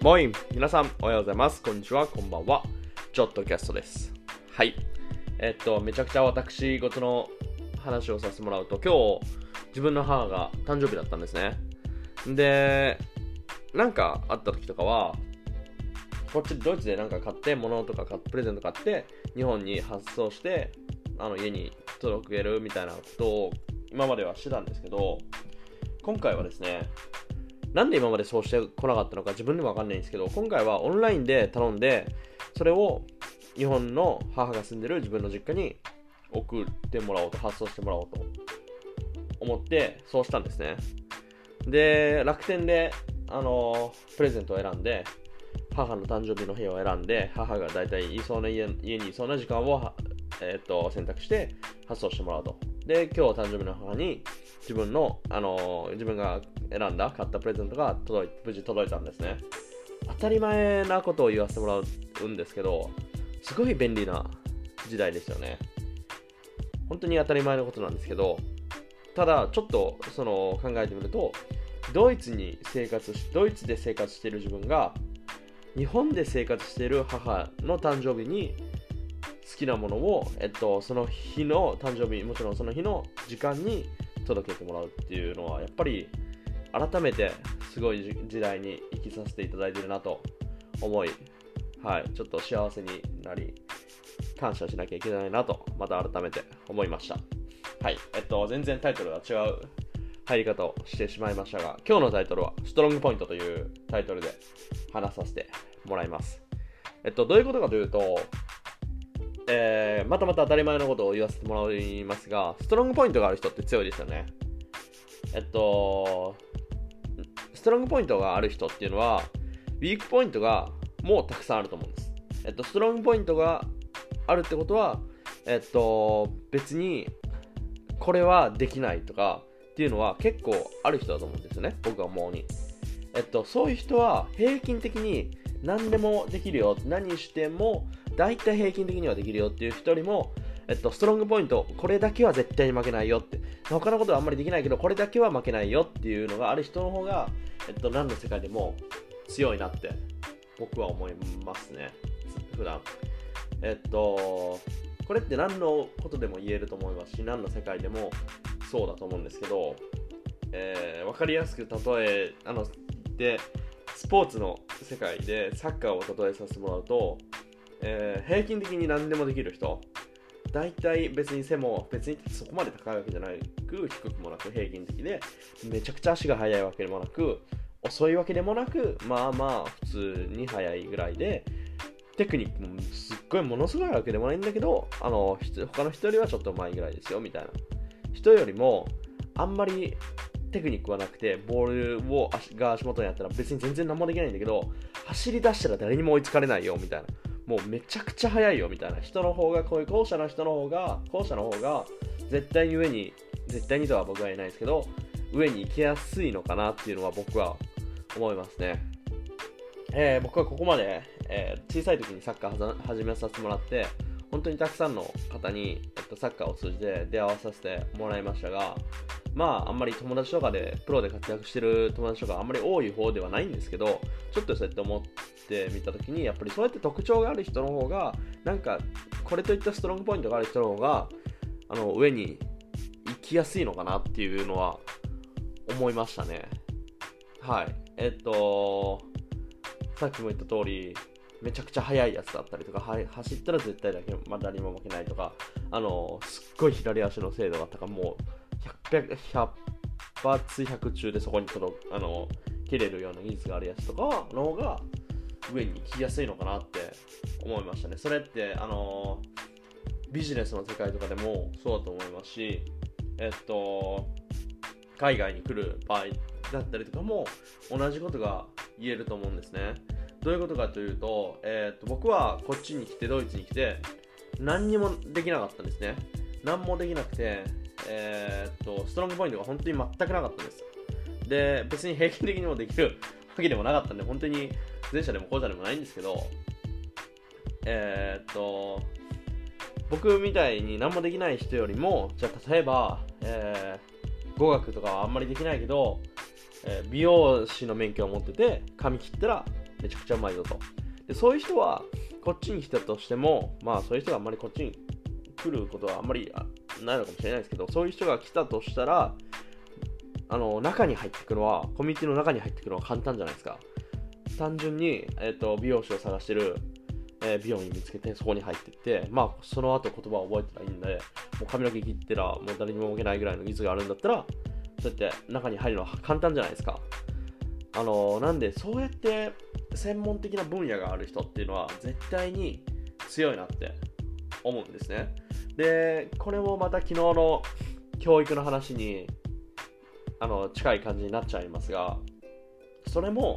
もい、皆さんおはようございます。こんにちは、こんばんは。ちょっとキャストです。はい。めちゃくちゃ私事の話をさせてもらうと、今日、自分の母が誕生日だったんですね。で、なんかあった時とかは、こっちドイツでなんか買って、物とかプレゼント買って、日本に発送して、家に届けるみたいなことを今まではしてたんですけど、今回はですね、なんで今までそうしてこなかったのか自分でもわかんないんですけど、今回はオンラインで頼んで、それを日本の母が住んでる自分の実家に送ってもらおうと、発送してもらおうと思ってそうしたんですね。で、楽天でプレゼントを選んで、母の誕生日の日を選んで、母がだいたい家にいそうな時間を選択して発送してもらうと。で、今日誕生日の母に自分が選んだ買ったプレゼントが無事届いたんですね。当たり前なことを言わせてもらうんですけど、すごい便利な時代ですよね。本当に当たり前のことなんですけど、ただちょっと考えてみると、ドイツで生活している自分が日本で生活している母の誕生日に好きなものを、その日の誕生日、もちろんその日の時間に届けてもらうっていうのは、やっぱり改めてすごい時代に生きさせていただいているなと思い、はい、ちょっと幸せになり、感謝しなきゃいけないなと、また改めて思いました。はい、全然タイトルは違う入り方をしてしまいましたが、今日のタイトルはストロングポイントというタイトルで話させてもらいます。どういうことかというと、また当たり前のことを言わせてもらいますが、ストロングポイントがある人って強いですよね。ストロングポイントがある人っていうのは、ウィークポイントがもうたくさんあると思うんです。ストロングポイントがあるってことは、別にこれはできないとかっていうのは結構ある人だと思うんですよね、僕が思うに。そういう人は平均的に何でもできるよ、何しても大体平均的にはできるよっていう人よりも、ストロングポイント、これだけは絶対に負けないよって、他のことはあんまりできないけどこれだけは負けないよっていうのがある人の方が、何の世界でも強いなって僕は思いますね、普段。これって何のことでも言えると思いますし、何の世界でもそうだと思うんですけど、分かりやすく例えスポーツの世界でサッカーを例えさせてもらうと、平均的に何でもできる人、だいたい別に背も別にそこまで高いわけじゃなく、低くもなく平均的で、めちゃくちゃ足が速いわけでもなく、遅いわけでもなく、まあまあ普通に速いぐらいで、テクニックもものすごいわけでもないんだけど、他の人よりはちょっと上手いぐらいですよみたいな人よりも、あんまりテクニックはなくて、ボールが足元にあったら別に全然何もできないんだけど、走り出したら誰にも追いつかれないよみたいな、もうめちゃくちゃ速いよみたいな人の方が、こういう後者の方が絶対にとは僕は言えないですけど、上に行きやすいのかなっていうのは僕は思いますね。僕はここまで、小さい時にサッカー始めさせてもらって、本当にたくさんの方に、サッカーを通じて出会わさせてもらいましたが、あんまり友達とかでプロで活躍してる友達とかあんまり多い方ではないんですけど、ちょっとそうやって思ってみたときに、やっぱりそうやって特徴がある人の方が、なんかこれといったストロングポイントがある人の方が上に行きやすいのかなっていうのは思いましたね。はい。さっきも言った通り、めちゃくちゃ速いやつだったりとか、走ったら絶対誰にも負けないとか、すっごい左足の精度が高い、もう100発100中でそこに蹴れるような技術があるやつとかの方が上に行きやすいのかなって思いましたね。それってビジネスの世界とかでもそうだと思いますし、海外に来る場合だったりとかも同じことが言えると思うんですね。どういうことかというと、僕はこっちに来て、ドイツに来て何にもできなかったんですね。何もできなくて、ストロングポイントが本当に全くなかったんです。で、別に平均的にもできるわけでもなかったんで、本当に前者でも後者でもないんですけど、僕みたいに何もできない人よりも、じゃあ例えば、語学とかはあんまりできないけど、美容師の免許を持ってて髪切ったらめちゃくちゃうまいぞと。でそういう人はこっちに来たとしても、まあそういう人があんまりこっちに来ることはあんまりないのかもしれないですけど、そういう人が来たとしたら、中に入ってくのは、コミュニティの中に入ってくのは簡単じゃないですか。単純に、美容師を探してる、美容院見つけてそこに入っていって、まあその後言葉を覚えてたらいいんで、もう髪の毛切ってらもう誰にも動けないぐらいの技術があるんだったら、そうやって中に入るのは簡単じゃないですか。なんでそうやって専門的な分野がある人っていうのは絶対に強いなって思うんですね。でこれもまた昨日の教育の話に近い感じになっちゃいますが、それも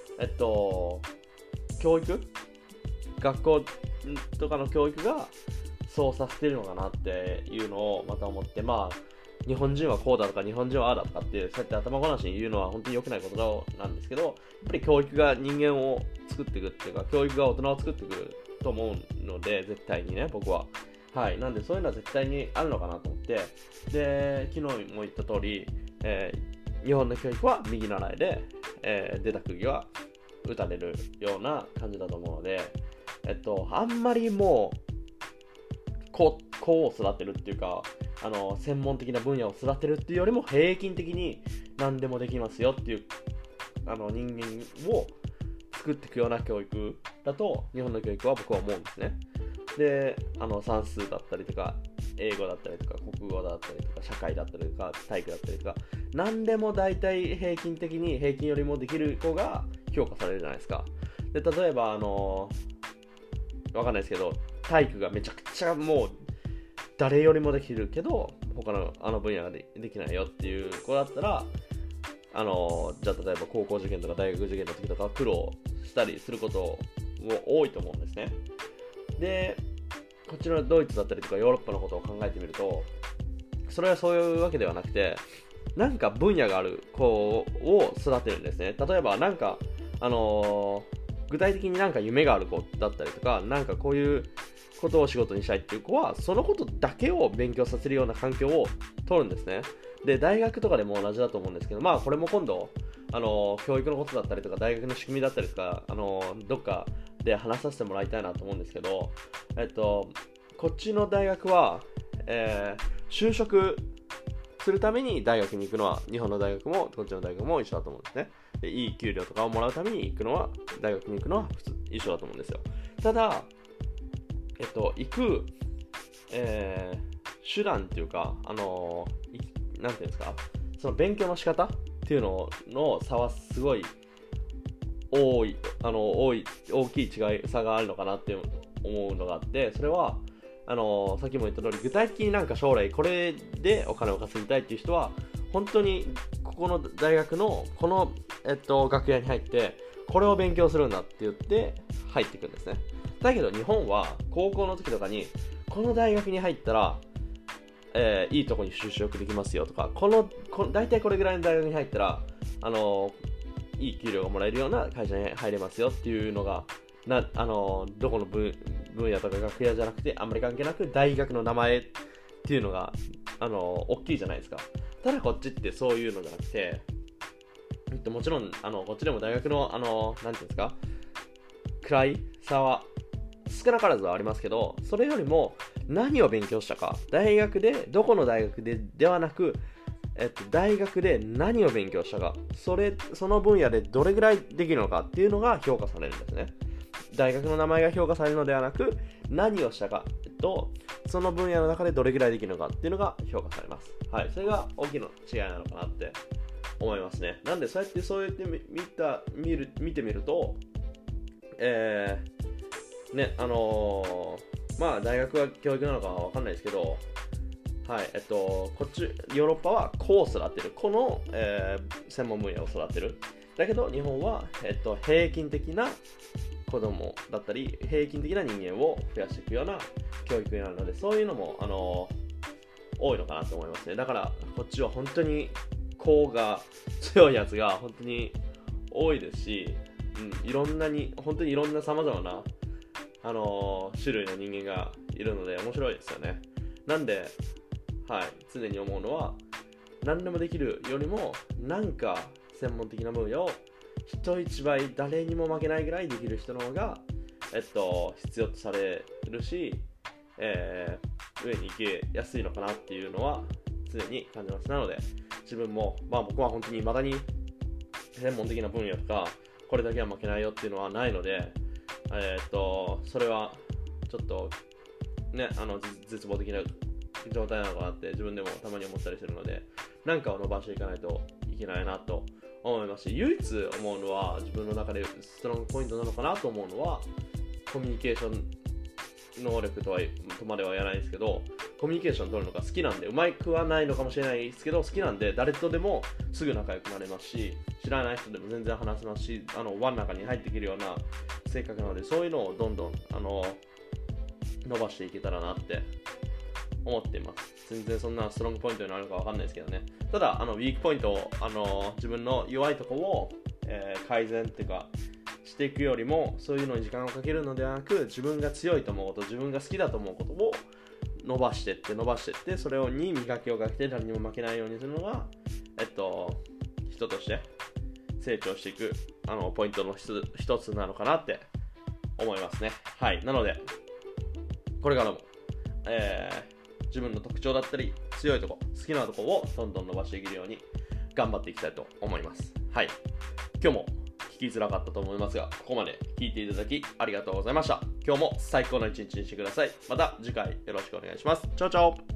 教育、学校とかの教育がそうさせてるのかなっていうのをまた思って、まあ日本人はこうだとか日本人はああだとかってそうやって頭ごなしに言うのは本当に良くないことなんですけど、やっぱり教育が人間を作っていくっていうか、教育が大人を作っていくと思うので、絶対にね、僕は。はい。なんでそういうのは絶対にあるのかなと思って、で昨日も言った通り、日本の教育は右習いで、出た釘は打たれるような感じだと思うので、あんまりもう子を育てるっていうか、専門的な分野を育てるっていうよりも平均的に何でもできますよっていう人間を作っていくような教育だと日本の教育は僕は思うんですね。で算数だったりとか英語だったりとか国語だったりとか社会だったりとか体育だったりとか、何でも大体平均的に平均よりもできる子が評価されるじゃないですか。で例えばわかんないですけど、体育がめちゃくちゃもう誰よりもできるけど他の分野が できないよっていう子だったら、じゃあ例えば高校受験とか大学受験の時とか苦労したりすることも多いと思うんですね。でこっちのドイツだったりとかヨーロッパのことを考えてみると、それはそういうわけではなくて、なんか分野がある子を育てるんですね。例えばなんか具体的になんか夢がある子だったりとか、なんかこういうことを仕事にしたいっていう子はそのことだけを勉強させるような環境を取るんですね。で大学とかでも同じだと思うんですけど、まあこれも今度教育のことだったりとか大学の仕組みだったりとかどっかで話させてもらいたいなと思うんですけど、こっちの大学は、就職するために大学に行くのは日本の大学もこっちの大学も一緒だと思うんですね。でいい給料とかをもらうために行くのは大学に行くのは一緒だと思うんですよ。ただ行く、手段っていうかなんていうんですか、その勉強の仕方っていうのの差はすごい大きい差があるのかなって思うのがあって、それはさっきも言った通り具体的になんか将来これでお金を稼ぎたいっていう人は本当にここの大学のこの、学野に入ってこれを勉強するんだって言って入っていくんですね。だけど日本は高校の時とかにこの大学に入ったら、いいとこに就職できますよとか、大体これぐらいの大学に入ったらいい給料がもらえるような会社に入れますよっていうのがどこの分野とか学野じゃなくてあんまり関係なく大学の名前っていうのが大きいじゃないですか。ただこっちってそういうのじゃなくて、もちろんこっちでも大学のなんていうんですか、位差は少なからずはありますけど、それよりも何を勉強したか、大学でどこの大学ではなく、大学で何を勉強したか、その分野でどれぐらいできるのかっていうのが評価されるんですね。大学の名前が評価されるのではなく、何をしたかとその分野の中でどれぐらいできるのかっていうのが評価されます。はい、それが大きな違いなのかなって思いますね。なんでそうやって見てみると、まあ大学は教育なのかは分かんないですけど、はい、こっちヨーロッパはこう育てる、この、専門分野を育てる。だけど日本は、平均的な子供だったり平均的な人間を増やしていくような教育になるので、そういうのも多いのかなと思いますね。だからこっちは本当に子が強いやつが本当に多いですし、本当にいろんな様々な種類の人間がいるので面白いですよね。なんで、はい、常に思うのは何でもできるよりもなんか専門的な分野を人一倍誰にも負けないぐらいできる人の方が、必要とされるし、上に行けやすいのかなっていうのは常に感じます。なので自分も、僕は本当に未だに専門的な分野とかこれだけは負けないよっていうのはないので、それはちょっとね、絶望的な状態なのかなって自分でもたまに思ったりするので、なんかを伸ばしていかないといけないなと思いますし、唯一思うのは自分の中でストロングポイントなのかなと思うのはコミュニケーション能力とまでは言わないですけど、コミュニケーション取るのが好きなんで、うまくはないのかもしれないですけど好きなんで、誰とでもすぐ仲良くなれますし、知らない人でも全然話せますし、輪の中に入っていけるような性格なので、そういうのをどんどん伸ばしていけたらなって思っています。全然そんなストロングポイントになるかわかんないですけどね。ただウィークポイントを自分の弱いところを、改善っていうかしていくよりも、そういうのに時間をかけるのではなく、自分が強いと思うこと、自分が好きだと思うことを伸ばしていって、それに磨きをかけて誰にも負けないようにするのが、人として成長していくポイントの一つなのかなって思いますね。はい。なのでこれからも、自分の特徴だったり強いところ、好きなところをどんどん伸ばしていけるように頑張っていきたいと思います。はい。今日も聞きづらかったと思いますが、ここまで聞いていただきありがとうございました。今日も最高の一日にしてください。また次回よろしくお願いします。チャオチャオ。